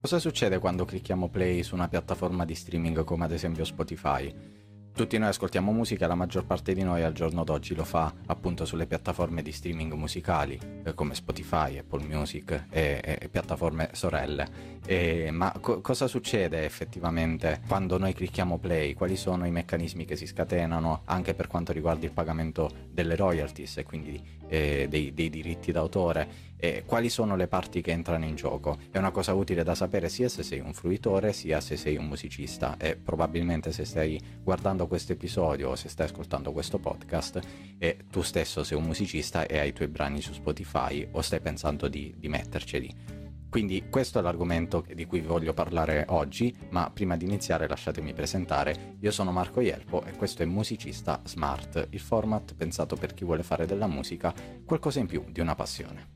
Cosa succede quando clicchiamo play su una piattaforma di streaming come ad esempio Spotify? Tutti noi ascoltiamo musica e la maggior parte di noi al giorno d'oggi lo fa appunto sulle piattaforme di streaming musicali come Spotify, Apple Music e piattaforme sorelle. Ma cosa succede effettivamente quando noi clicchiamo play? Quali sono i meccanismi che si scatenano anche per quanto riguarda il pagamento delle royalties e quindi dei diritti d'autore? Quali sono le parti che entrano in gioco? È una cosa utile da sapere sia se sei un fruitore sia se sei un musicista, e probabilmente se stai guardando questo episodio o se stai ascoltando questo podcast e tu stesso sei un musicista e hai i tuoi brani su Spotify o stai pensando di metterceli. Quindi questo è l'argomento di cui vi voglio parlare oggi, ma prima di iniziare lasciatemi presentare. Io sono Marco Ielpo e questo è Musicista Smart, il format pensato per chi vuole fare della musica qualcosa in più di una passione.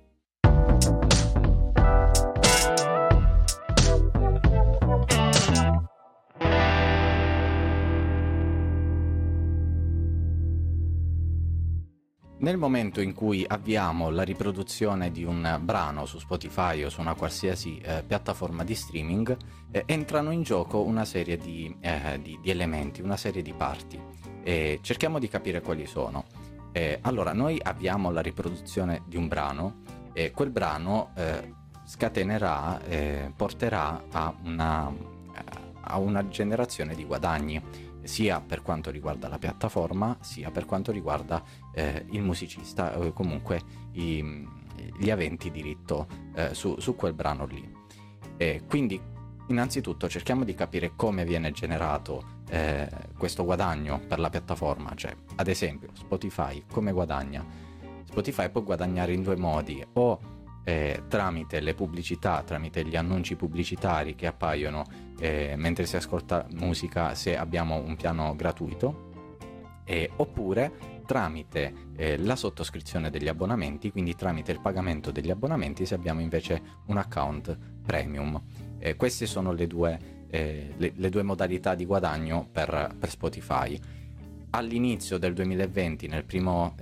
Nel momento in cui avviamo la riproduzione di un brano su Spotify o su una qualsiasi piattaforma di streaming, entrano in gioco una serie di elementi, una serie di parti. Cerchiamo di capire quali sono. Allora, noi avviamo la riproduzione di un brano e quel brano scatenerà, porterà a una generazione di guadagni, sia per quanto riguarda la piattaforma sia per quanto riguarda il musicista o comunque gli aventi diritto su quel brano lì. Quindi innanzitutto cerchiamo di capire come viene generato questo guadagno per la piattaforma, cioè ad esempio Spotify come guadagna. Spotify può guadagnare in due modi: o tramite le pubblicità, tramite gli annunci pubblicitari che appaiono mentre si ascolta musica se abbiamo un piano gratuito, oppure tramite la sottoscrizione degli abbonamenti, quindi tramite il pagamento degli abbonamenti se abbiamo invece un account premium. Queste sono le due modalità di guadagno per Spotify. All'inizio del 2020, nel primo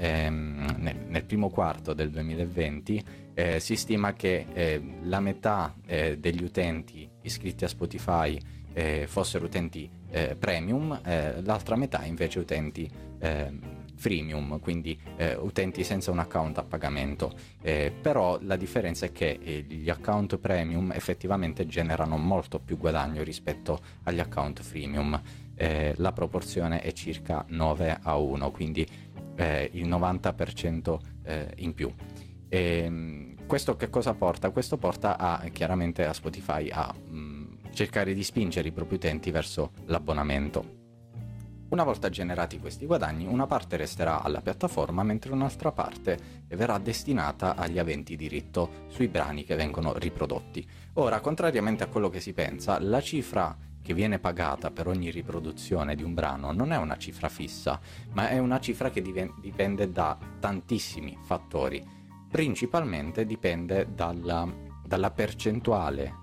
quarto del 2020, si stima che la metà degli utenti iscritti a Spotify fossero utenti premium, l'altra metà invece utenti freemium, quindi utenti senza un account a pagamento. Però la differenza è che gli account premium effettivamente generano molto più guadagno rispetto agli account freemium. La proporzione è circa 9-1, quindi il 90% in più. Questo che cosa porta? Questo porta chiaramente a Spotify a cercare di spingere i propri utenti verso l'abbonamento. Una volta generati questi guadagni, una parte resterà alla piattaforma, mentre un'altra parte verrà destinata agli aventi diritto sui brani che vengono riprodotti. Ora, contrariamente a quello che si pensa, la cifra che viene pagata per ogni riproduzione di un brano non è una cifra fissa, ma è una cifra che dipende da tantissimi fattori. Principalmente dipende dalla percentuale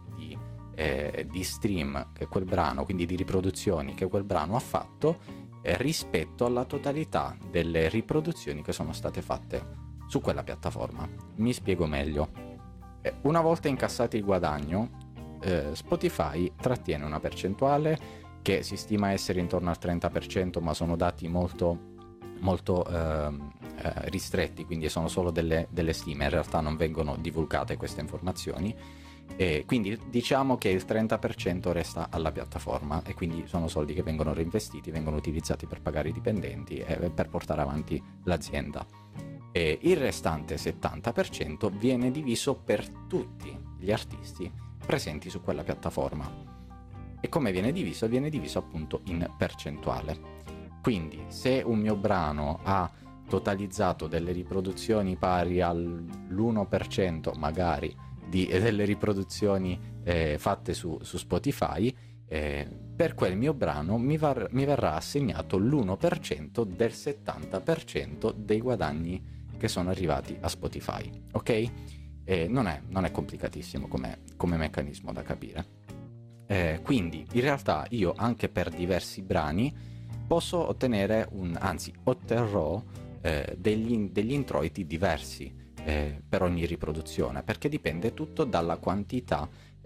di stream che quel brano, quindi di riproduzioni che quel brano ha fatto, rispetto alla totalità delle riproduzioni che sono state fatte su quella piattaforma. Mi spiego meglio. Una volta incassati il guadagno, Spotify trattiene una percentuale che si stima essere intorno al 30%, ma sono dati molto ristretti, quindi sono solo delle stime, in realtà non vengono divulgate queste informazioni, e quindi diciamo che il 30% resta alla piattaforma e quindi sono soldi che vengono reinvestiti, vengono utilizzati per pagare i dipendenti e per portare avanti l'azienda. E il restante 70% viene diviso per tutti gli artisti presenti su quella piattaforma. E come viene diviso? Viene diviso appunto in percentuale. Quindi se un mio brano ha totalizzato delle riproduzioni pari all'1% magari delle riproduzioni fatte su Spotify, per quel mio brano mi verrà assegnato l'1% del 70% dei guadagni che sono arrivati a Spotify, ok? Non è complicatissimo come meccanismo da capire. Quindi in realtà io anche per diversi brani posso ottenere otterrò degli introiti diversi per ogni riproduzione, perché dipende tutto dalla quantità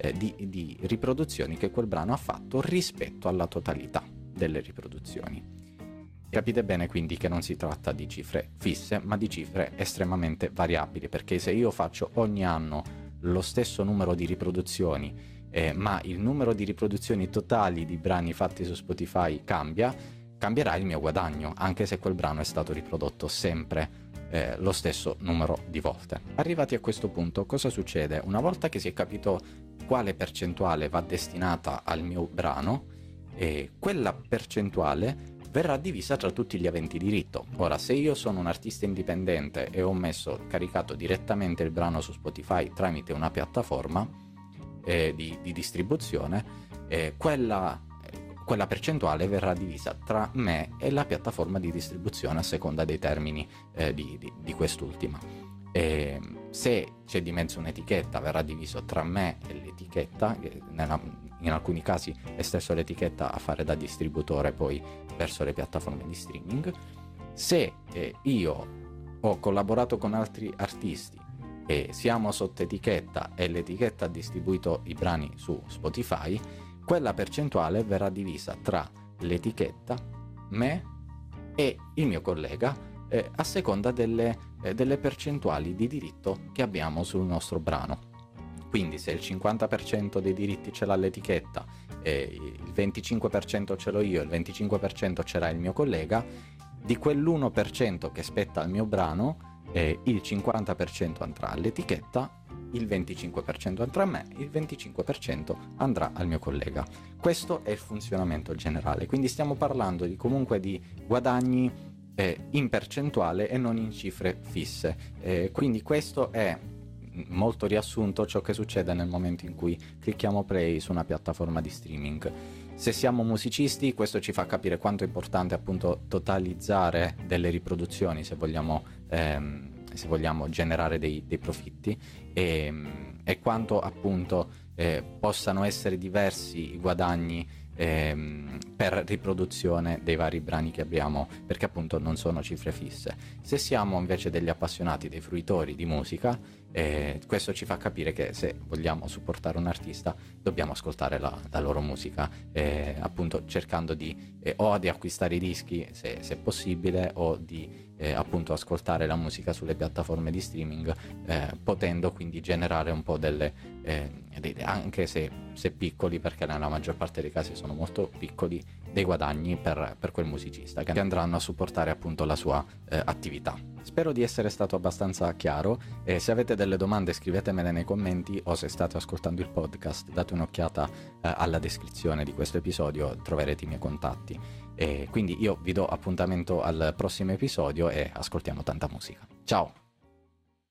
di riproduzioni che quel brano ha fatto rispetto alla totalità delle riproduzioni. Capite bene quindi che non si tratta di cifre fisse, ma di cifre estremamente variabili, perché se io faccio ogni anno lo stesso numero di riproduzioni, ma il numero di riproduzioni totali di brani fatti su Spotify cambierà il mio guadagno, anche se quel brano è stato riprodotto sempre lo stesso numero di volte. Arrivati a questo punto, cosa succede? Una volta che si è capito quale percentuale va destinata al mio brano, quella percentuale verrà divisa tra tutti gli aventi diritto. Ora, se io sono un artista indipendente e ho caricato direttamente il brano su Spotify tramite una piattaforma di distribuzione, quella percentuale verrà divisa tra me e la piattaforma di distribuzione a seconda dei termini di quest'ultima. Se c'è di mezzo un'etichetta, verrà diviso tra me e l'etichetta, in alcuni casi è stesso l'etichetta a fare da distributore poi verso le piattaforme di streaming. Se io ho collaborato con altri artisti e siamo sotto etichetta e l'etichetta ha distribuito i brani su Spotify, quella percentuale verrà divisa tra l'etichetta, me e il mio collega, a seconda delle percentuali di diritto che abbiamo sul nostro brano. Quindi se il 50% dei diritti ce l'ha l'etichetta, il 25% ce l'ho io, il 25% ce l'ha il mio collega, di quell'1% che spetta al mio brano, il 50% andrà all'etichetta, il 25% andrà a me, il 25% andrà al mio collega. Questo è il funzionamento generale, quindi stiamo parlando comunque di guadagni in percentuale e non in cifre fisse. Quindi questo è molto riassunto ciò che succede nel momento in cui clicchiamo play su una piattaforma di streaming. Se siamo musicisti, questo ci fa capire quanto è importante appunto totalizzare delle riproduzioni se vogliamo generare dei profitti, e quanto appunto possano essere diversi i guadagni per riproduzione dei vari brani che abbiamo, perché appunto non sono cifre fisse. Se siamo invece degli appassionati, dei fruitori di musica, questo ci fa capire che se vogliamo supportare un artista dobbiamo ascoltare la loro musica, appunto cercando o di acquistare i dischi se è possibile, o di appunto ascoltare la musica sulle piattaforme di streaming, potendo quindi generare un po' anche se piccoli, perché nella maggior parte dei casi sono molto piccoli, dei guadagni per quel musicista che andranno a supportare appunto la sua attività. Spero di essere stato abbastanza chiaro, e se avete delle domande scrivetemele nei commenti, o se state ascoltando il podcast date un'occhiata alla descrizione di questo episodio, troverete i miei contatti. E quindi io vi do appuntamento al prossimo episodio e ascoltiamo tanta musica. Ciao!